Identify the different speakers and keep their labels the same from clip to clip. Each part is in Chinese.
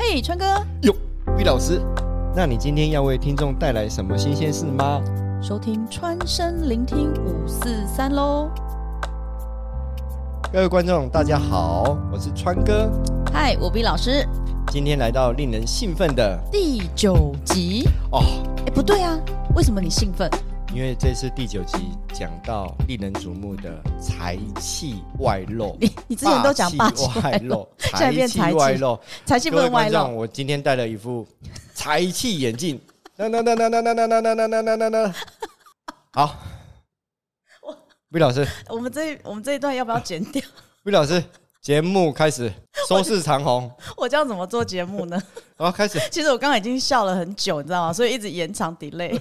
Speaker 1: 嘿，川哥
Speaker 2: 哟，V 老师，那你今天要为听众带来什么新鲜事吗？
Speaker 1: 收听川声聆听543咯。
Speaker 2: 各位观众大家好，我是川哥。
Speaker 1: 嗨，我 V 老师。
Speaker 2: 今天来到令人兴奋的
Speaker 1: 第9集哦。不对啊，为什么你兴奋？
Speaker 2: 因为这次第9集讲到令人瞩目的财气外露。
Speaker 1: 你之前都讲霸气外露，现在变财气外露，财气不能外露。
Speaker 2: 我今天戴了一副财气眼镜。好，V 老师，
Speaker 1: 我们这一段要不要剪掉
Speaker 2: ？V 老师，节目开始，收视长虹。我
Speaker 1: 这样怎么做节目呢？
Speaker 2: 好，开始。
Speaker 1: 其实我刚刚已经笑了很久，你知道吗？所以一直延长 delay。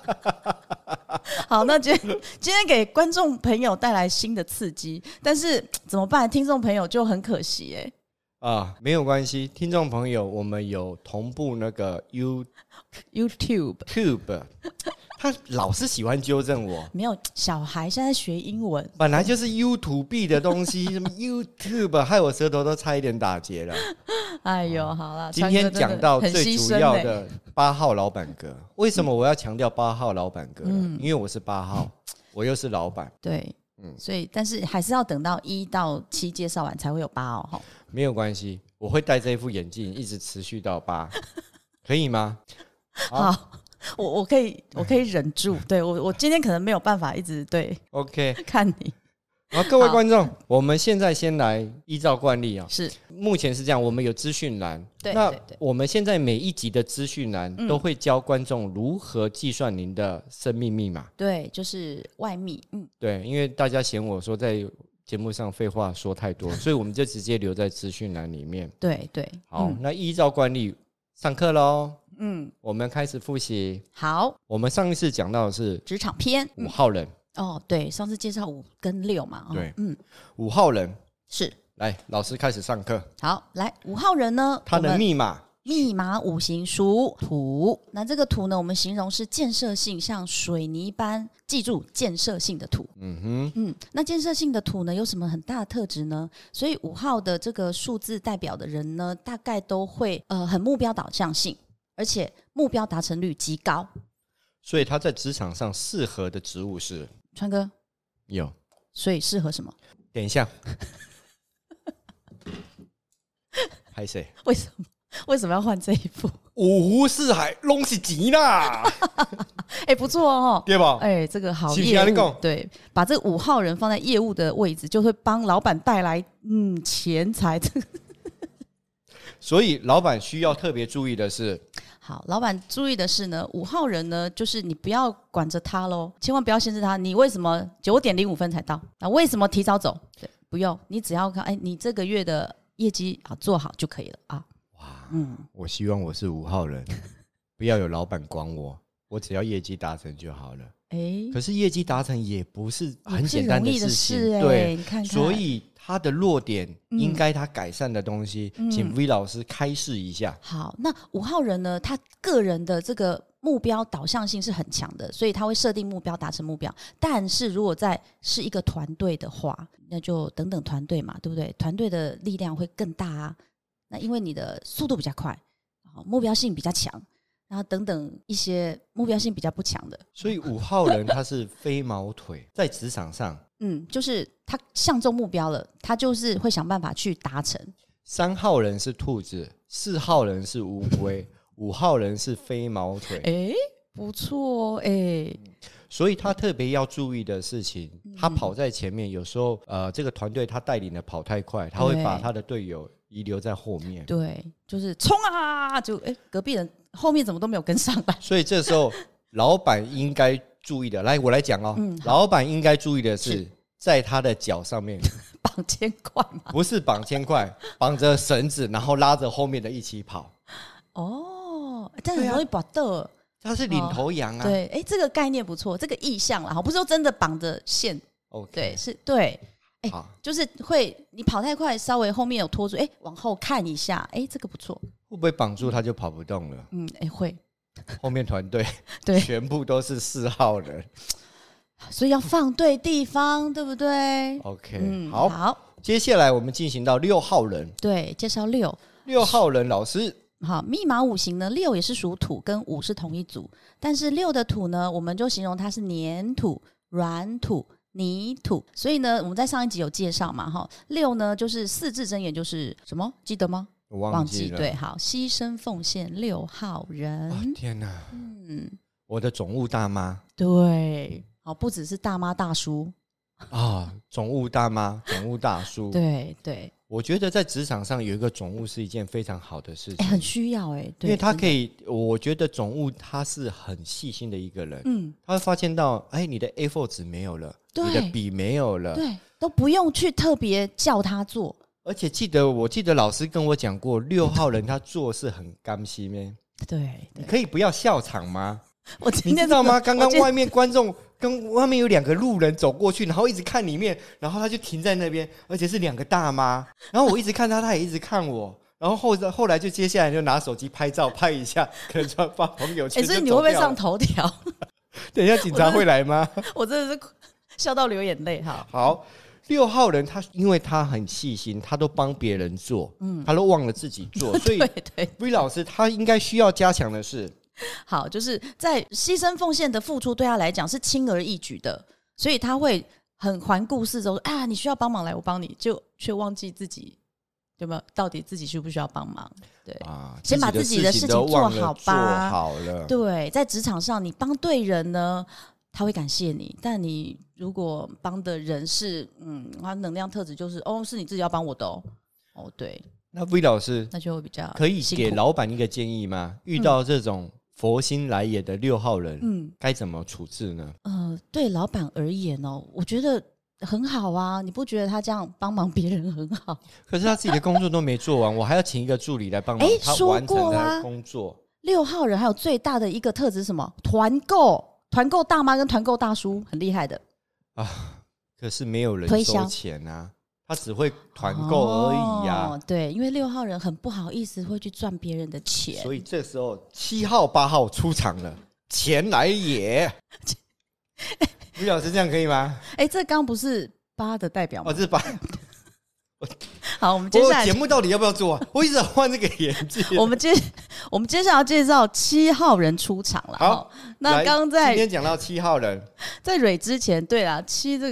Speaker 1: 好，那今天给观众朋友带来新的刺激，但是怎么办？听众朋友就很可惜
Speaker 2: 没有关系，听众朋友，我们有同步那个 YouTube， 他老是喜欢纠正我。
Speaker 1: 没有，小孩现在学英文，
Speaker 2: 本来就是 YouTube 的东西，什么 YouTube， 害我舌头都差一点打结了。
Speaker 1: 哎呦，好了，
Speaker 2: 今天讲到最主要的8号老板哥，为什么我要强调8号老板哥？因为我是8号，我又是老板。
Speaker 1: 对，所以但是还是要等到1到7介绍完才会有8号。
Speaker 2: 没有关系，我会戴这一副眼镜一直持续到8，可以吗？
Speaker 1: 好，我可以忍住。对，我今天可能没有办法一直对
Speaker 2: OK
Speaker 1: 看你。
Speaker 2: 好，各位观众，我们现在先来依照惯例
Speaker 1: 是
Speaker 2: 目前是这样，我们有资讯栏，那我们现在每一集的资讯栏都会教观众如何计算您的生命密码。
Speaker 1: 对，就是外密。
Speaker 2: 对，因为大家嫌我说在节目上废话说太多，所以我们就直接留在资讯栏里面。
Speaker 1: 对，
Speaker 2: 好，那依照惯例上课咯。我们开始复习。
Speaker 1: 好，
Speaker 2: 我们上一次讲到的是
Speaker 1: 职场篇
Speaker 2: 5号人。
Speaker 1: 对，上次介绍5跟6嘛。
Speaker 2: 对，5号人
Speaker 1: 是
Speaker 2: 来，老师开始上课。
Speaker 1: 好，来5号人呢，
Speaker 2: 他的密码
Speaker 1: 5行属土。那这个土呢，我们形容是建设性，像水泥般，记住建设性的土。那建设性的土呢，有什么很大的特质呢？所以5号的这个数字代表的人呢，大概都会很目标导向性，而且目标达成率极高。
Speaker 2: 所以他在职场上适合的职务是
Speaker 1: 川哥
Speaker 2: 有，
Speaker 1: 所以适合什么？
Speaker 2: 等一下，拍谁？
Speaker 1: 为什么要换这一副？
Speaker 2: 五湖四海拢是钱啦！
Speaker 1: 不错哦，
Speaker 2: 对吧？
Speaker 1: 这个好业务，对，把这5号人放在业务的位置，就会帮老板带来钱财。
Speaker 2: 所以老板需要特别注意的是。
Speaker 1: 好，老板注意的是呢，5号人呢，就是你不要管着他咯，千万不要限制他。你为什么9点05分才到？为什么提早走？对，不用，你只要看，你这个月的业绩做好就可以了啊。
Speaker 2: 哇，我希望我是5号人，不要有老板管我，我只要业绩达成就好了。可是业绩达成也不是很简单的事情，对，
Speaker 1: 你看看，
Speaker 2: 所以他的弱点应该他改善的东西，请 V 老师开示一下。
Speaker 1: 好，那5号人呢，他个人的这个目标导向性是很强的，所以他会设定目标，达成目标。但是如果是一个团队的话，那就等等团队嘛，对不对？团队的力量会更大啊。那因为你的速度比较快，目标性比较强。然后等等一些目标性比较不强的，
Speaker 2: 所以5号人他是飞毛腿，在职场上，
Speaker 1: 就是他相中目标了，他就是会想办法去达成。
Speaker 2: 3号人是兔子，4号人是乌龟，5号人是飞毛腿。
Speaker 1: 不错
Speaker 2: 所以他特别要注意的事情，他跑在前面，有时候这个团队他带领的跑太快，他会把他的队友遗留在后面。
Speaker 1: 对，就是冲啊，就隔壁人后面怎么都没有跟上来。
Speaker 2: 所以这时候老板应该注意的，来我来讲哦。老板应该注意的是，在他的脚上面
Speaker 1: 绑铅块吗？
Speaker 2: 不是绑铅块，绑着绳子，然后拉着后面的一起跑。
Speaker 1: 这样很容易把的。
Speaker 2: 他是领头羊啊。
Speaker 1: 对，这个概念不错，这个意象啦，不是说真的绑着线。对，是对。就是会你跑太快，稍微后面有拖住，往后看一下，这个不错。
Speaker 2: 会不会绑住他就跑不动了？
Speaker 1: 会。
Speaker 2: 后面团队
Speaker 1: 对
Speaker 2: 全部都是4号人，
Speaker 1: 所以要放对地方，对不对
Speaker 2: ？OK，好，接下来我们进行到6号人。
Speaker 1: 对，介绍6
Speaker 2: 号人老师，
Speaker 1: 好，密码五行呢，6也是属土，跟5是同一组，但是6的土呢，我们就形容它是黏土、软土、泥土，所以呢，我们在上一集有介绍嘛，6呢就是4字真言就是什么？记得吗？
Speaker 2: 我忘记了。
Speaker 1: 对，好，牺牲奉献6号人。
Speaker 2: 天哪，我的总务大妈。
Speaker 1: 对，好，不只是大妈大叔
Speaker 2: 啊，总务大妈、总务大叔。
Speaker 1: 对对。
Speaker 2: 我觉得在职场上有一个总务是一件非常好的事情，
Speaker 1: 很需要对，
Speaker 2: 因为他可以，我觉得总务他是很细心的一个人，他会发现到，你的 A4 纸没有了，你的笔没有了，
Speaker 1: 对，都不用去特别叫他做，
Speaker 2: 而且我记得老师跟我讲过，6号人他做事很甘心咩，
Speaker 1: 对，
Speaker 2: 你可以不要笑场吗？
Speaker 1: 你
Speaker 2: 知道吗？刚刚外面观众跟外面有2个路人走过去，然后一直看里面，然后他就停在那边，而且是2个大妈，然后我一直看他，他也一直看我，然后后来就接下来就拿手机拍照拍一下，可能发朋友圈。
Speaker 1: 所以你会不会上头条？
Speaker 2: 等一下警察会来吗？
Speaker 1: 我真的是笑到流眼泪。
Speaker 2: 好，6号人他因为他很细心，他都帮别人做，他都忘了自己做，所以
Speaker 1: 对
Speaker 2: V 老师他应该需要加强的是。
Speaker 1: 好，就是在牺牲奉献的付出对他来讲是轻而易举的，所以他会很环顾四周，你需要帮忙来我帮你，就却忘记自己对吧？到底自己需不需要帮忙？对先把自己的事情做好吧。
Speaker 2: 做好了。
Speaker 1: 对，在职场上你帮对人呢，他会感谢你，但你如果帮的人是他能量特质就是是你自己要帮我的对，
Speaker 2: 那 V 老师
Speaker 1: 那就会比较
Speaker 2: 可以给老板一个建议吗？遇到这种佛心来也的6号人，该怎么处置呢？
Speaker 1: 对老板而言我觉得很好啊，你不觉得他这样帮忙别人很好？
Speaker 2: 可是他自己的工作都没做完，我还要请一个助理来帮忙他完成他的工作。
Speaker 1: 6号人还有最大的一个特质是什么？团购大妈跟团购大叔很厉害的
Speaker 2: 可是没有人收钱啊，他只会团购而已啊。
Speaker 1: 对，因为6号人很不好意思会去赚别人的钱，
Speaker 2: 所以这时候7号8号出场了，钱来也。吴老师这样可以吗？
Speaker 1: 这刚不是8的代表吗？
Speaker 2: 这是8。
Speaker 1: 好，我们接下来
Speaker 2: 节目到底要不要做啊？我一直在换这个眼镜。
Speaker 1: 我们接下来要介绍7号人出场了。
Speaker 2: 好，
Speaker 1: 那刚在
Speaker 2: 今天讲到7号人，
Speaker 1: 在蕊之前，对啦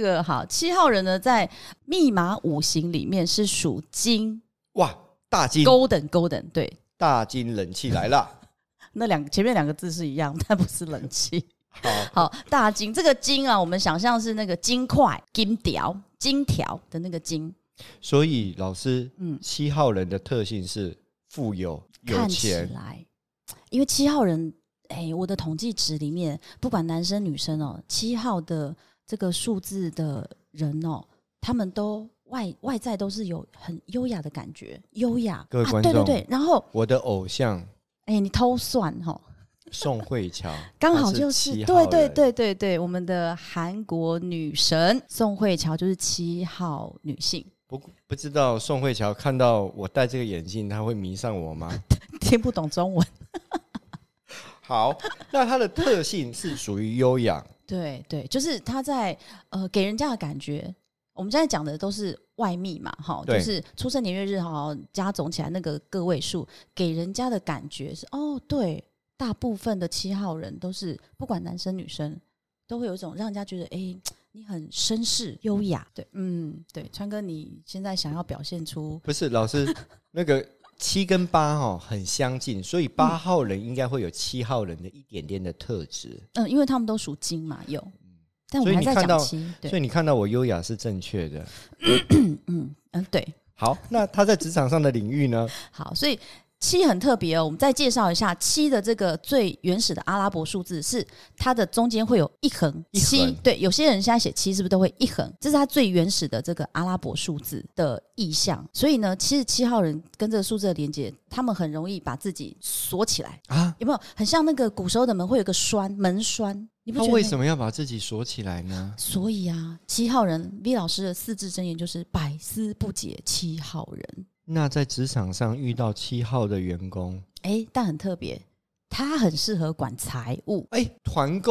Speaker 1: ，7号人呢，在密码五行里面是属金。
Speaker 2: 哇，大金
Speaker 1: ，golden， 对，
Speaker 2: 大金冷气来了。
Speaker 1: 那前面2个字是一样，但不是冷气。好，大金这个金啊，我们想象是那个金块、金条的那个金。所
Speaker 2: 以老师，7号人的特性是富有钱。
Speaker 1: 看起来，因为7号人，我的统计值里面，不管男生女生7号的这个数字的人他们都外在都是有很优雅的感觉，优雅。
Speaker 2: 各位观众，
Speaker 1: 对，然后
Speaker 2: 我的偶像，
Speaker 1: 你偷算
Speaker 2: 宋慧乔
Speaker 1: 刚好就是对，我们的韩国女神宋慧乔就是7号女性。
Speaker 2: 不知道宋慧乔看到我戴这个眼镜，她会迷上我吗？
Speaker 1: 听不懂中文。
Speaker 2: 好，那她的特性是属于优雅。
Speaker 1: 对，就是她在给人家的感觉，我们现在讲的都是外密嘛，就是出生年月日加总起来那个个位数，给人家的感觉是对，大部分的7号人都是不管男生女生都会有一种让人家觉得你很绅士优雅。对，对，川哥你现在想要表现出
Speaker 2: 不是老师那个7跟8很相近，所以8号人应该会有7号人的一点点的特质。
Speaker 1: 因为他们都属金嘛，有。但我们还在讲7，
Speaker 2: 所以你看到我优雅是正确的。
Speaker 1: 对。
Speaker 2: 好，那他在职场上的领域呢？
Speaker 1: 好，所以7很特别我们再介绍一下7的这个最原始的阿拉伯数字，是它的中间会有一横7。对，有些人现在写7是不是都会一横？这是它最原始的这个阿拉伯数字的意象。所以呢，其实7号人跟这个数字的连接，他们很容易把自己锁起来啊。有没有很像那个古时候的门会有个门栓？你不觉得
Speaker 2: 他为什么要把自己锁起来呢？
Speaker 1: 所以7号人 V 老师的4字真言就是百思不解7号人。
Speaker 2: 那在职场上遇到7号的员工，
Speaker 1: 但很特别，他很适合管财务。
Speaker 2: 团购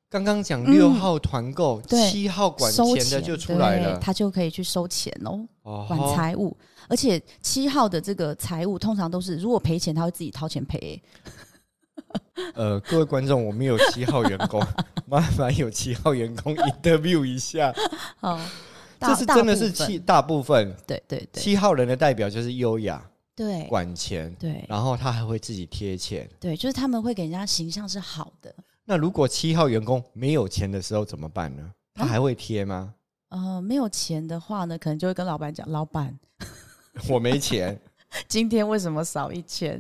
Speaker 2: 刚刚讲6号团购，7号管
Speaker 1: 收
Speaker 2: 钱的就出来了，
Speaker 1: 他就可以去收钱
Speaker 2: 哦，
Speaker 1: 管财务。而且7号的这个财务通常都是如果赔钱他会自己掏钱赔。
Speaker 2: 各位观众，我们有7号员工，麻烦有7号员工 interview 一下。
Speaker 1: 好，
Speaker 2: 这是真的是大部分，
Speaker 1: 对对对
Speaker 2: ，7号人的代表就是优雅，
Speaker 1: 对，
Speaker 2: 管钱，
Speaker 1: 对，
Speaker 2: 然后他还会自己贴钱，
Speaker 1: 对，就是他们会给人家形象是好的。
Speaker 2: 那如果7号员工没有钱的时候怎么办呢？他还会贴吗？
Speaker 1: 没有钱的话呢，可能就会跟老板讲，老板
Speaker 2: 我没钱
Speaker 1: 今天为什么少1000？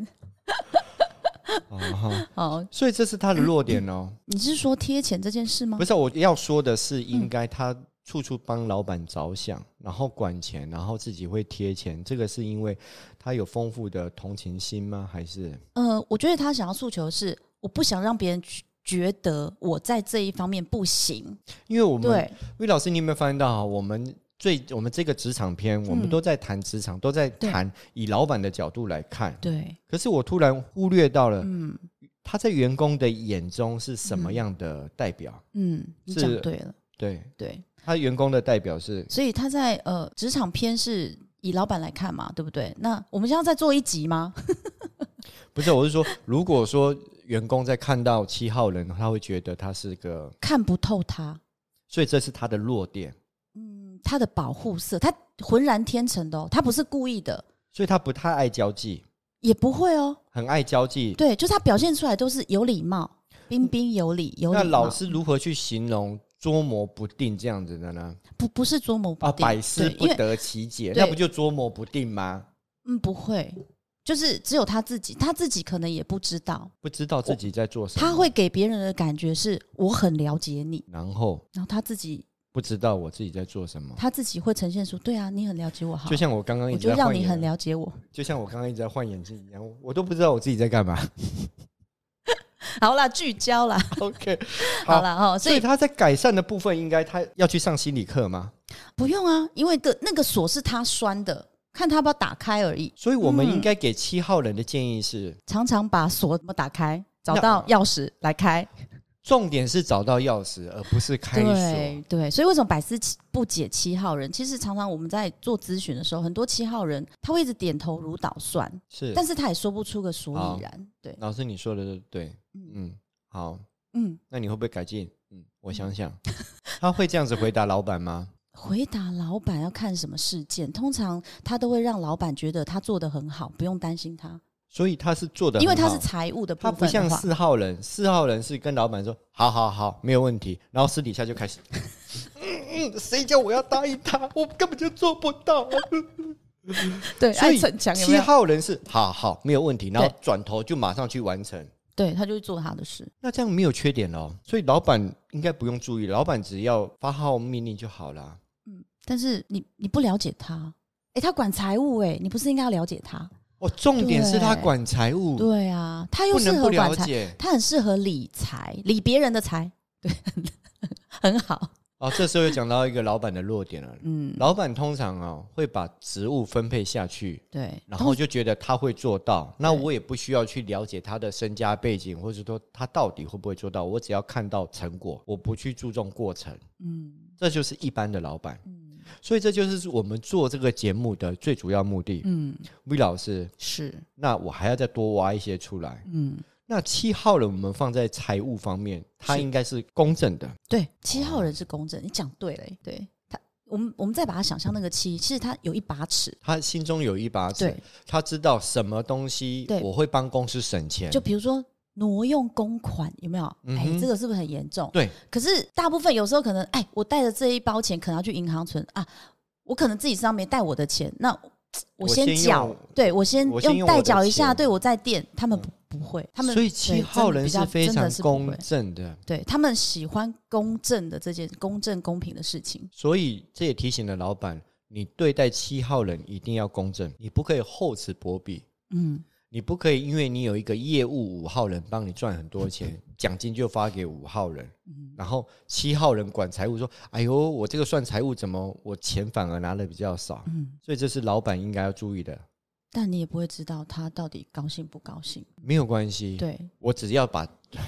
Speaker 2: 哦，所以这是他的弱点哦。
Speaker 1: 你是说贴钱这件事吗？
Speaker 2: 不是，我要说的是，应该他处处帮老板着想，然后管钱，然后自己会贴钱，这个是因为他有丰富的同情心吗？还是？
Speaker 1: 我觉得他想要诉求是，我不想让别人觉得我在这一方面不行。
Speaker 2: 因为我们
Speaker 1: 对
Speaker 2: 魏老师，你有没有发现到我们这个职场篇，我们都在谈职场，都在谈以老板的角度来看。
Speaker 1: 对。
Speaker 2: 可是我突然忽略到了，他在员工的眼中是什么样的代表？
Speaker 1: 你讲对了。
Speaker 2: 对
Speaker 1: 对，
Speaker 2: 他员工的代表是，
Speaker 1: 所以他在职场篇是以老板来看嘛，对不对？那我们现在再做一集吗？
Speaker 2: 不是，我是说，如果说员工在看到7号人，他会觉得他是个
Speaker 1: 看不透他，
Speaker 2: 所以这是他的弱点。
Speaker 1: 他的保护色，他浑然天成的他不是故意的，
Speaker 2: 所以他不太爱交际，
Speaker 1: 也不会
Speaker 2: 很爱交际。
Speaker 1: 对，就是他表现出来都是有礼貌，彬彬有礼，有礼貌。
Speaker 2: 那老师如何去形容捉摸不定这样子的呢？
Speaker 1: 不是捉摸不定，
Speaker 2: 百思不得其解，那不就捉摸不定吗？
Speaker 1: 不会，就是只有他自己可能也不知道
Speaker 2: 自己在做什么。
Speaker 1: 他会给别人的感觉是我很了解你，
Speaker 2: 然后
Speaker 1: 他自己
Speaker 2: 不知道我自己在做什么，
Speaker 1: 他自己会呈现出对啊，你很了解我，好，
Speaker 2: 就像我刚刚一直在
Speaker 1: 我就让你很了解我，
Speaker 2: 就像我刚刚一直在换眼镜一样，我都不知道我自己在干嘛。
Speaker 1: 好啦，聚焦啦
Speaker 2: OK，
Speaker 1: 好啦
Speaker 2: 所以他在改善的部分，应该他要去上心理课吗？
Speaker 1: 不用啊，因为那个锁是他拴的，看他要不要打开而已。
Speaker 2: 所以我们应该给7号人的建议是，
Speaker 1: 常常把锁怎么打开，找到钥匙来开。
Speaker 2: 重点是找到钥匙，而不是开锁。
Speaker 1: 对，所以为什么百思不解7号人？其实常常我们在做咨询的时候，很多7号人他会一直点头如捣蒜，
Speaker 2: 是，
Speaker 1: 但是他也说不出个所以然。对，
Speaker 2: 老师你说的对，好，那你会不会改进？我想想，他会这样子回答老板吗？
Speaker 1: 回答老板要看什么事件，通常他都会让老板觉得他做得很好，不用担心他。
Speaker 2: 所以他是做的很好，
Speaker 1: 因为他是财务的部分的话，
Speaker 2: 他不像4号人，4号人是跟老板说好没有问题，然后私底下就开始谁叫我要答应他，我根本就做不到。
Speaker 1: 对，
Speaker 2: 所以
Speaker 1: 逞强
Speaker 2: 7号人是好没有问题，然后转头就马上去完成，
Speaker 1: 对，他就会做他的事。
Speaker 2: 那这样没有缺点咯，所以老板应该不用注意，老板只要发号命令就好了。
Speaker 1: 但是你不了解他，他管财务，你不是应该要了解他？
Speaker 2: 重点是他管财务。
Speaker 1: 对啊，他又适合管财，他很适合理财，理别人的财，对，很好。
Speaker 2: 这时候又讲到一个老板的弱点了。老板通常会把职务分配下去，
Speaker 1: 对，
Speaker 2: 然后就觉得他会做到，那我也不需要去了解他的身家背景，或者说他到底会不会做到，我只要看到成果，我不去注重过程。这就是一般的老板。所以这就是我们做这个节目的最主要目的。魏老师
Speaker 1: 是，
Speaker 2: 那我还要再多挖一些出来。那7号人我们放在财务方面，他应该是公正的。
Speaker 1: 对，7号人是公正，你讲对了。对他，我们再把他想象那个7，其实他有一把尺，
Speaker 2: 他心中有一把尺，他知道什么东西我会帮公司省钱。
Speaker 1: 就比如说挪用公款，有没有？这个是不是很严重？
Speaker 2: 对。
Speaker 1: 可是大部分有时候可能，我带着这一包钱，可能要去银行存啊，我可能自己身上没带我的钱，那我先缴，对，我先用代缴一下，对，我再垫。他们不会，他们
Speaker 2: 所以7号人是非常公正的，
Speaker 1: 对，他们喜欢公正的这件公正公平的事情。
Speaker 2: 所以这也提醒了老板，你对待7号人一定要公正，你不可以厚此薄彼。你不可以因为你有一个业务5号人帮你赚很多钱，奖金就发给5号人，然后7号人管财务说，哎呦，我这个算财务怎么我钱反而拿的比较少。所以这是老板应该要注意的。
Speaker 1: 但你也不会知道他到底高兴不高兴，
Speaker 2: 没有关系，
Speaker 1: 对，
Speaker 2: 我只要把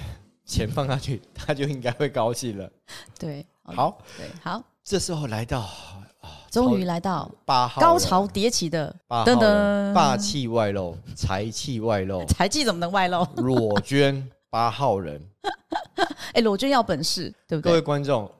Speaker 2: 钱放下去，他就应该会高兴了。
Speaker 1: 对，
Speaker 2: 好，
Speaker 1: 对，好，
Speaker 2: 这时候来到
Speaker 1: 终于来到
Speaker 2: 8号
Speaker 1: 高潮迭起的
Speaker 2: 8号人霸气外露，财气外露，
Speaker 1: 财气怎么能外露？
Speaker 2: 裸捐8号人。
Speaker 1: 裸捐要本事，对不对？
Speaker 2: 各位观众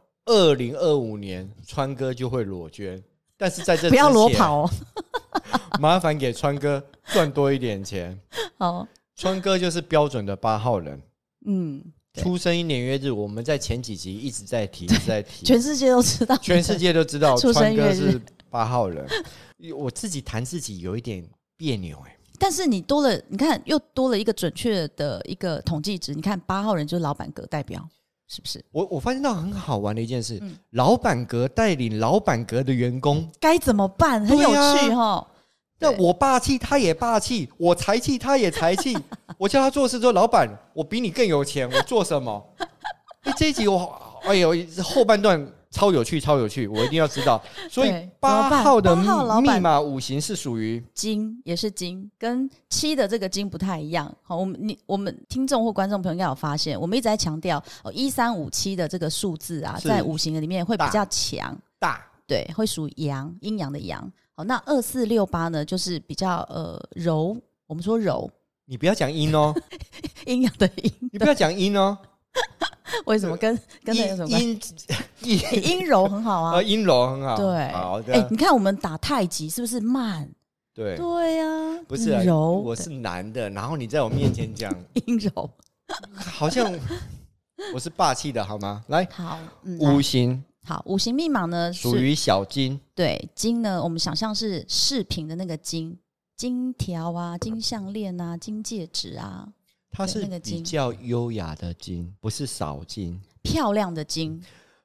Speaker 2: ，2025年川哥就会裸捐，但是在这之前
Speaker 1: 不要裸跑哦。
Speaker 2: 麻烦给川哥赚多一点钱。
Speaker 1: 好，
Speaker 2: 川哥就是标准的8号人。
Speaker 1: 对
Speaker 2: 出生年月日，我们在前几集一直在提，一直在提，
Speaker 1: 全世界都知道，
Speaker 2: 全世界都知道
Speaker 1: 出生
Speaker 2: 川哥
Speaker 1: 月日
Speaker 2: 是8号人。我自己谈自己有一点别扭
Speaker 1: 但是你多了，你看又多了一个准确的一个统计值。你看8号人就是老板格代表，是不是？
Speaker 2: 我发现到很好玩的一件事，老板格带领老板格的员工
Speaker 1: 该怎么办？很有趣哈。
Speaker 2: 那我霸气，他也霸气；我财气，他也财气。我叫他做事说：“老板，我比你更有钱，我做什么？”这一集后半段超有趣，超有趣，我一定要知道。所以8号的密码5行是属于
Speaker 1: 金，也是金，跟7的这个金不太一样。好，我们听众或观众朋友应该有发现，我们一直在强调1357的这个数字啊，在5行里面会比较强
Speaker 2: 大，
Speaker 1: 对，会属阳，阴阳的阳。好，那2468呢，就是比较柔，我们说柔，
Speaker 2: 你不要讲阴哦，
Speaker 1: 阴阳的阴，
Speaker 2: 你不要讲阴哦。
Speaker 1: 为什么跟那有什么关系？阴柔很好啊，
Speaker 2: 阴柔很好。
Speaker 1: 对，
Speaker 2: 好的。
Speaker 1: 你看我们打太极是不是慢？
Speaker 2: 对
Speaker 1: 啊，
Speaker 2: 不是
Speaker 1: 柔，
Speaker 2: 我是男的，然后你在我面前讲
Speaker 1: 阴柔，
Speaker 2: 好像我是霸气的，好吗？来，
Speaker 1: 好
Speaker 2: ，5行。
Speaker 1: 好，5行密码呢
Speaker 2: 属于小金。
Speaker 1: 对，金呢，我们想象是饰品的那个金，金条啊，金项链啊，金戒指啊，
Speaker 2: 它是比较优雅的金，不是少金，
Speaker 1: 漂亮的金。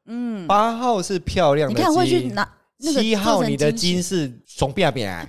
Speaker 2: 8号是漂亮的金，
Speaker 1: 你看会去拿那个
Speaker 2: 7号你的金是怂变变，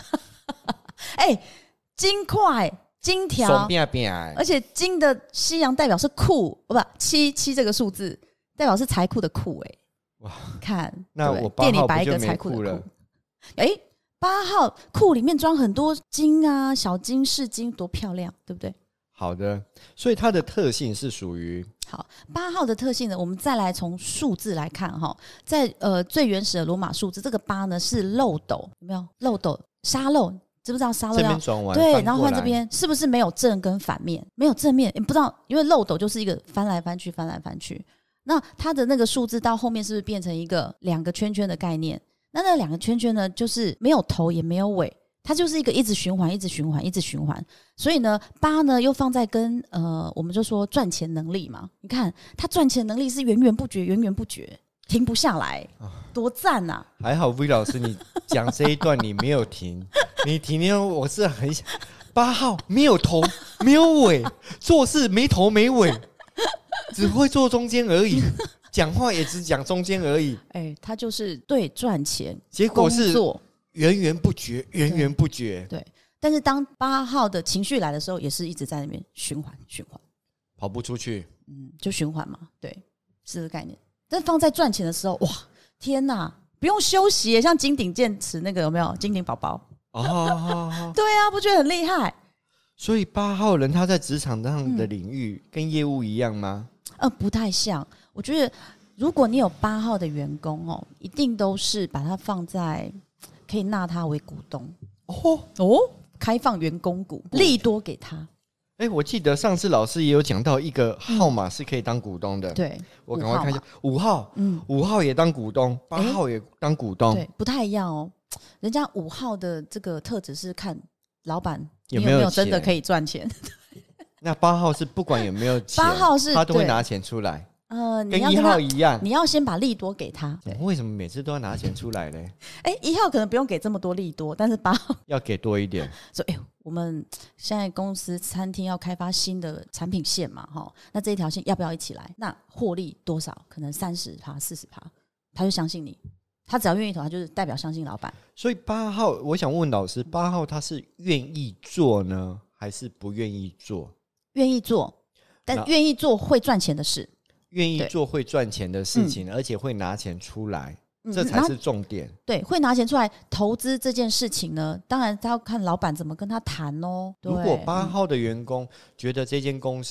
Speaker 1: 金块、金条，
Speaker 2: 怂变变，
Speaker 1: 而且金的西洋代表是库，不7这个数字代表是财库的库。哇，看，
Speaker 2: 那我
Speaker 1: 店里
Speaker 2: 8号
Speaker 1: 摆一个财库的库。8号库里面装很多金啊，小金、饰金，多漂亮，对不对？
Speaker 2: 好的，所以它的特性是属于
Speaker 1: 好。8号的特性呢，我们再来从数字来看哈，在最原始的罗马数字，这个8呢是漏斗，有没有漏斗？沙漏，知不知道沙漏
Speaker 2: 这边转完
Speaker 1: 对，然后换这边是不是没有正跟反面？没有正面，不知道，因为漏斗就是一个翻来翻去，翻来翻去。那它的那个数字到后面是不是变成一个2个圈圈的概念？那2个圈圈呢，就是没有头也没有尾，它就是一个一直循环、一直循环、一直循环。所以呢，8呢又放在跟我们就说赚钱能力嘛。你看它赚钱能力是源源不绝、源源不绝，停不下来，多赞啊！
Speaker 2: 还好 V 老师你讲这一段你没有停，你停我是很8号没有头没有尾，做事没头没尾。只会做中间而已，讲话也只讲中间而已。
Speaker 1: 他就是对赚钱，
Speaker 2: 结果是源源不绝，源源不绝。
Speaker 1: 对，但是当8号的情绪来的时候，也是一直在那边循环，
Speaker 2: 跑不出去。
Speaker 1: 就循环嘛，对，是这个概念。但放在赚钱的时候，哇，天哪，不用休息耶，像金鼎剑齿那个有没有？金鼎宝宝对啊，不觉得很厉害？
Speaker 2: 所以8号人他在职场上的领域跟业务一样吗？
Speaker 1: 不太像。我觉得如果你有8号的员工一定都是把它放在可以纳他为股东开放员工股，利多给他。
Speaker 2: 我记得上次老师也有讲到一个号码是可以当股东的。
Speaker 1: 对，
Speaker 2: 我赶快看一下5号，5号也当股东，8号也当股东。
Speaker 1: 对，不太一样哦。人家5号的这个特质是看老板
Speaker 2: 有没有
Speaker 1: 真的可以赚钱。
Speaker 2: 那8号是不管有没有钱
Speaker 1: ，8号是
Speaker 2: 他都会拿钱出来。跟
Speaker 1: 1
Speaker 2: 号一样，
Speaker 1: 你要先把利多给他。
Speaker 2: 为什么每次都要拿钱出来呢
Speaker 1: ？1号可能不用给这么多利多，但是8号
Speaker 2: 要给多一点。
Speaker 1: 说我们现在公司餐厅要开发新的产品线嘛，那这一条线要不要一起来？那获利多少？可能30%、40%，他就相信你。他只要愿意投，他就是代表相信老板。
Speaker 2: 所以8号，我想问老师，8号他是愿意做呢，还是不愿意做？
Speaker 1: 愿意做，但愿意做会赚钱的事。
Speaker 2: 愿意做会赚钱的事情，而且会拿钱出来，这才是重点。
Speaker 1: 对，会拿钱出来投资这件事情呢，当然他要看老板怎么跟他谈哦。
Speaker 2: 如果8号的员工觉得这间公司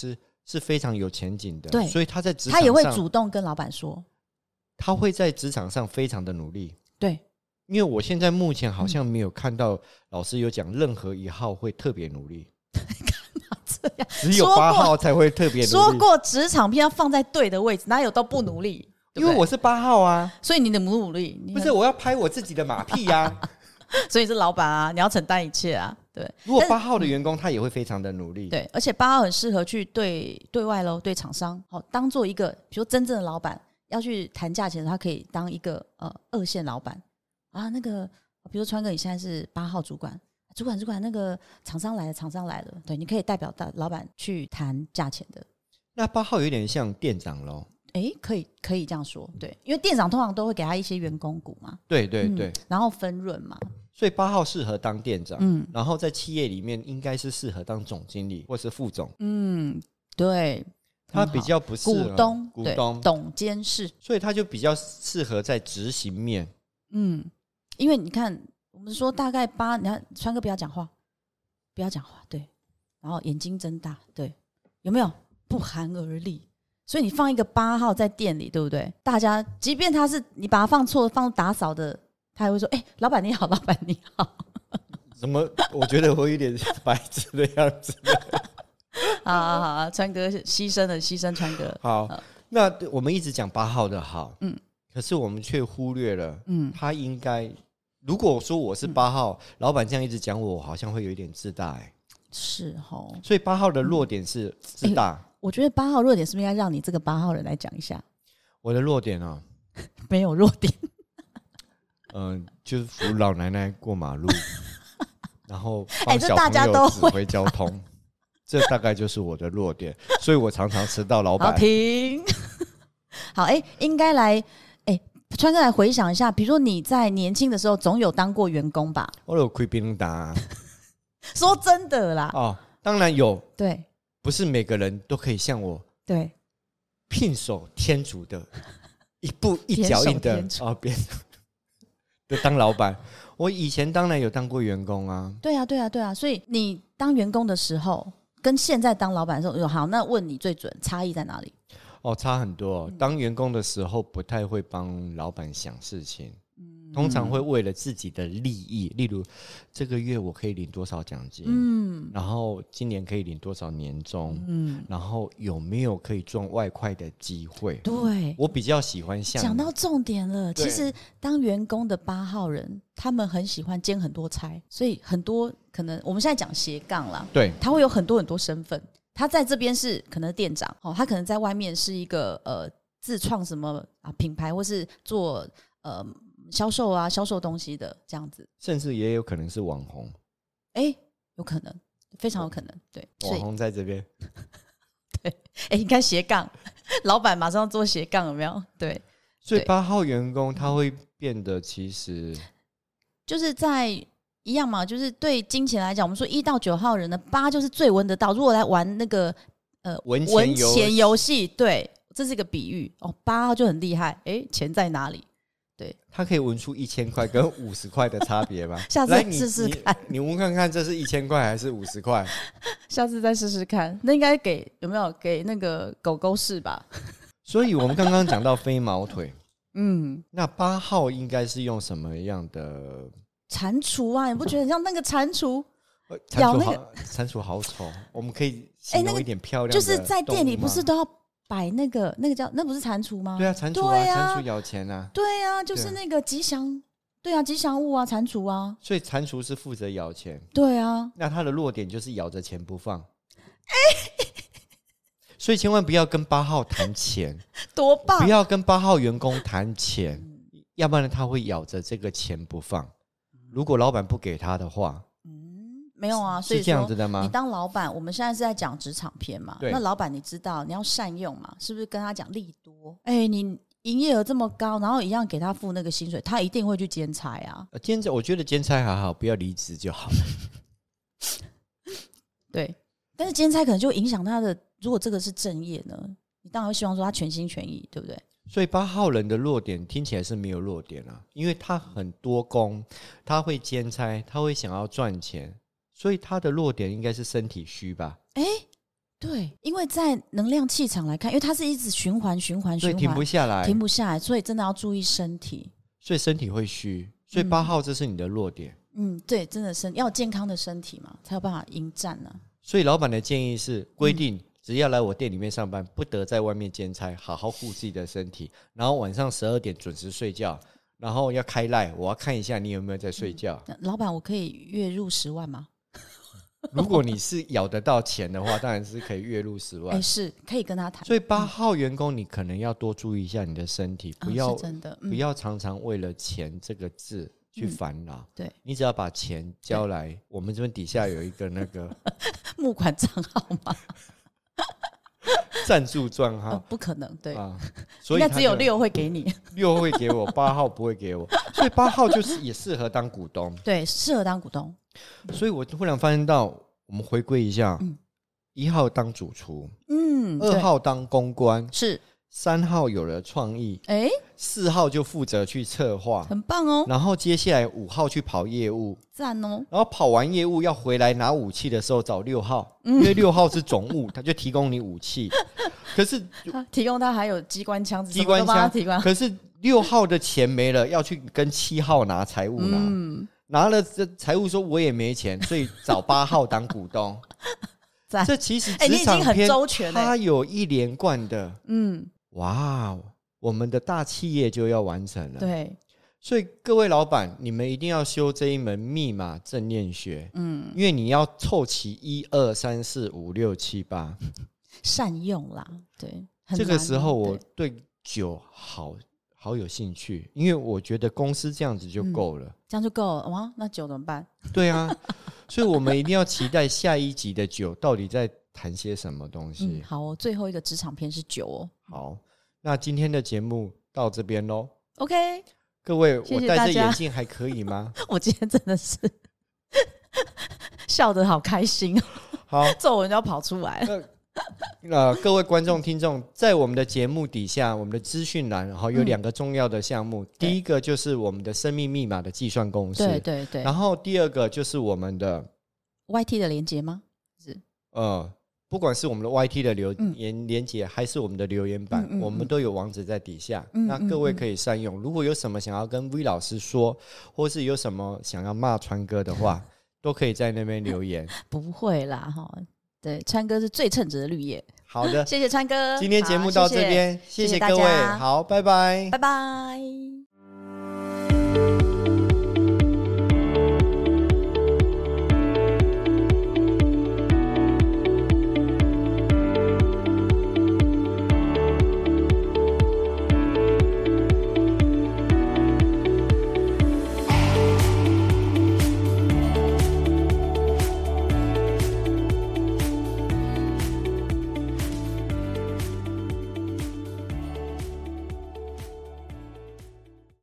Speaker 2: 是非常有前景的，
Speaker 1: 对，
Speaker 2: 所以他在职场上
Speaker 1: 他也会主动跟老板说，
Speaker 2: 他会在职场上非常的努力。
Speaker 1: 对，
Speaker 2: 因为我现在目前好像没有看到老师有讲任何一号会特别努力，
Speaker 1: 这样
Speaker 2: 只有8号才会特别努力。
Speaker 1: 说过职场片要放在对的位置，哪有都不努力？对不对
Speaker 2: 因为我是8号啊，
Speaker 1: 所以你的努力
Speaker 2: 不是我要拍我自己的马屁呀、
Speaker 1: 所以你是老板啊，你要承担一切啊。对，
Speaker 2: 如果8号的员工他也会非常的努力，
Speaker 1: 对，而且8号很适合去对外咯，对厂商，当做一个比如真正的老板要去谈价钱的时候，他可以当一个2线老板啊。那个比如川哥，你现在是8号主管，主管，那个厂商来了，对，你可以代表老板去谈价钱的。
Speaker 2: 那8号有点像店长咯。
Speaker 1: 可以这样说，对，因为店长通常都会给他一些员工股嘛，
Speaker 2: 对对对，
Speaker 1: 然后分润嘛，
Speaker 2: 所以8号适合当店长，然后在企业里面应该是适合当总经理或是副总，
Speaker 1: 对，
Speaker 2: 他比较不适合
Speaker 1: 股东董监事，
Speaker 2: 所以他就比较适合在执行面，
Speaker 1: 因为你看我们说大概你看川哥不要讲话，对，然后眼睛睁大，对，有没有不寒而栗？所以你放一个8号在店里，对不对？大家即便他是你把他放错，放打扫的，他还会说：“老板你好，老板你好。”
Speaker 2: 怎么？我觉得我有点白痴的样子。
Speaker 1: 好，川哥牺牲川哥。
Speaker 2: 好，那我们一直讲8号的好，可是我们却忽略了，他应该如果说我是8号，老板这样一直讲我，好像会有一点自大，
Speaker 1: 是齁。
Speaker 2: 所以8号的弱点是自大。
Speaker 1: 我觉得8号弱点是不是应该让你这个8号人来讲一下？
Speaker 2: 我的弱点啊，
Speaker 1: 没有弱点。
Speaker 2: 就是扶老奶奶过马路，然后帮小
Speaker 1: 这大家
Speaker 2: 朋
Speaker 1: 都会
Speaker 2: 友指挥交通，这大概就是我的弱点，所以我常常迟到。老板，
Speaker 1: 好停。好，应该来，川哥来回想一下，比如说你在年轻的时候总有当过员工吧？
Speaker 2: 我有开槟榔
Speaker 1: 说真的啦，
Speaker 2: 当然有，
Speaker 1: 对，
Speaker 2: 不是每个人都可以像我，
Speaker 1: 对，
Speaker 2: 胼手胝足的，一步一脚印的的当老板。我以前当然有当过员工啊，
Speaker 1: 对啊，所以你当员工的时候跟现在当老板的时候，好，那问你最准差异在哪里？
Speaker 2: 差很多。当员工的时候不太会帮老板想事情，通常会为了自己的利益，例如这个月我可以领多少奖金，然后今年可以领多少年终，然后有没有可以赚外快的机会。
Speaker 1: 对，
Speaker 2: 我比较喜欢
Speaker 1: 讲到重点了。其实当员工的8号人，他们很喜欢兼很多差，所以很多可能我们现在讲斜杠啦，
Speaker 2: 对，
Speaker 1: 他会有很多身份。他在这边是可能店长，他可能在外面是一个自创什么品牌，或是做销售东西的这样子，
Speaker 2: 甚至也有可能是网红。
Speaker 1: 有可能，非常有可能。对，
Speaker 2: 网红在这边。
Speaker 1: 对，你看斜杠，老板马上做斜杠，有没有？对，
Speaker 2: 所以8号员工他会变得其实
Speaker 1: 就是在一样嘛，就是对金钱来讲，我们说1到9号人呢，8就是最闻得到。如果来玩那个
Speaker 2: 文
Speaker 1: 钱游戏，对，这是一个比喻8号就很厉害，钱在哪里？对，
Speaker 2: 他可以闻出1000块跟50块的差别吗？
Speaker 1: 下次试试看，
Speaker 2: 你闻看看，这是1000块还是50块？
Speaker 1: 下次再试试看。那应该有没有给那个狗狗试吧？
Speaker 2: 所以我们刚刚讲到飞毛腿，那8号应该是用什么样的？
Speaker 1: 蟾蜍啊，你不觉得很像那个蟾蜍？
Speaker 2: 蟾蜍好丑，我们可以形容一点漂亮的、
Speaker 1: 就是在店里不是都要摆那个叫那不是蟾蜍吗？
Speaker 2: 对啊，蟾蜍啊，蟾蜍咬钱啊。
Speaker 1: 对啊，就是那个吉祥，对啊，吉祥物啊，蟾蜍啊。
Speaker 2: 所以蟾蜍是负责咬钱。
Speaker 1: 对啊，
Speaker 2: 那它的弱点就是咬着钱不放。所以千万不要跟8号谈钱，
Speaker 1: 多棒！
Speaker 2: 不要跟8号员工谈钱，要不然他会咬着这个钱不放。如果老板不给他的话，
Speaker 1: 没有啊，所以
Speaker 2: 是这样子的吗？
Speaker 1: 你当老板，我们现在是在讲职场篇嘛？那老板你知道你要善用嘛？是不是跟他讲利多？你营业额这么高，然后一样给他付那个薪水，他一定会去兼差啊。
Speaker 2: 我觉得兼差还好，不要离职就好了。
Speaker 1: 对，但是兼差可能就影响他的。如果这个是正业呢，你当然会希望说他全心全意，对不对？
Speaker 2: 所以8号人的弱点听起来是没有弱点啊，因为他很多工，他会兼差，他会想要赚钱，所以他的弱点应该是身体虚吧？
Speaker 1: 对，因为在能量气场来看，因为它是一直循环，
Speaker 2: 对，停不下来，
Speaker 1: 所以真的要注意身体，
Speaker 2: 所以身体会虚，所以8号这是你的弱点。
Speaker 1: 对，真的要健康的身体嘛，才有办法迎战啊。
Speaker 2: 所以老板的建议是规定，只要来我店里面上班，不得在外面兼差，好好顾自己的身体，然后晚上12点准时睡觉，然后要开赖，我要看一下你有没有在睡觉。
Speaker 1: 老板，我可以月入10万吗？
Speaker 2: 如果你是咬得到钱的话，当然是可以月入10万。
Speaker 1: 是可以跟他谈。
Speaker 2: 所以8号员工，你可能要多注意一下你的身体，不要
Speaker 1: 真的，
Speaker 2: 不要常常为了钱这个字去烦恼。
Speaker 1: 对，
Speaker 2: 你只要把钱交来，我们这边底下有一个那个
Speaker 1: 募款账号吗？
Speaker 2: 赞助账号，
Speaker 1: 不可能，对啊，
Speaker 2: 所以
Speaker 1: 应该只有6会给你
Speaker 2: ，6会给我，8号不会给我，所以8号就是也适合当股东，
Speaker 1: 对，适合当股东。
Speaker 2: 所以我忽然发现到，我们回归一下，1号当主厨，2号当公关，
Speaker 1: 是
Speaker 2: 3号有了创意，4号就负责去策划，
Speaker 1: 很棒哦。
Speaker 2: 然后接下来5号去跑业务，
Speaker 1: 赞哦。
Speaker 2: 然后跑完业务要回来拿武器的时候找6号，因为6号是总务，他就提供你武器。可是
Speaker 1: 提供他还有机关枪，
Speaker 2: 可是6号的钱没了，要去跟7号拿财务拿了这财务说我也没钱，所以找8号当股东。这其实职场篇它有一连贯的，哇，我们的大企业就要完成了。
Speaker 1: 对，
Speaker 2: 所以各位老板，你们一定要修这一门密码正念学，因为你要凑齐1、2、3、4、5、6、7、8，善
Speaker 1: 用啦。对，
Speaker 2: 这个时候我对酒好有兴趣，因为我觉得公司这样子就够了，
Speaker 1: 这样就够了哇？那酒怎么办？
Speaker 2: 对啊，所以我们一定要期待下一集的酒到底在谈些什么东西。
Speaker 1: 好哦，最后一个职场篇是酒哦。
Speaker 2: 好，那今天的节目到这边咯。
Speaker 1: OK，
Speaker 2: 各位，我戴着眼镜还可以吗？
Speaker 1: 我今天真的是笑得好开心哦，
Speaker 2: 好，
Speaker 1: 皱纹就要跑出来了。
Speaker 2: 各位观众听众，在我们的节目底下，我们的资讯栏有2个重要的项目，第一个就是我们的生命密码的计算公式，
Speaker 1: 对，然
Speaker 2: 后第二个就是我们的
Speaker 1: YT 的连结吗？是
Speaker 2: 不管是我们的 YT 的连结还是我们的留言板，我们都有网址在底下，那各位可以善用。如果有什么想要跟 V 老师说，或是有什么想要骂川哥的话，都可以在那边留言。
Speaker 1: 不会啦，对，川哥是最称职的绿叶。
Speaker 2: 好的，
Speaker 1: 谢谢川哥。
Speaker 2: 今天节目到这边，谢谢各位，好，拜拜，
Speaker 1: 拜拜。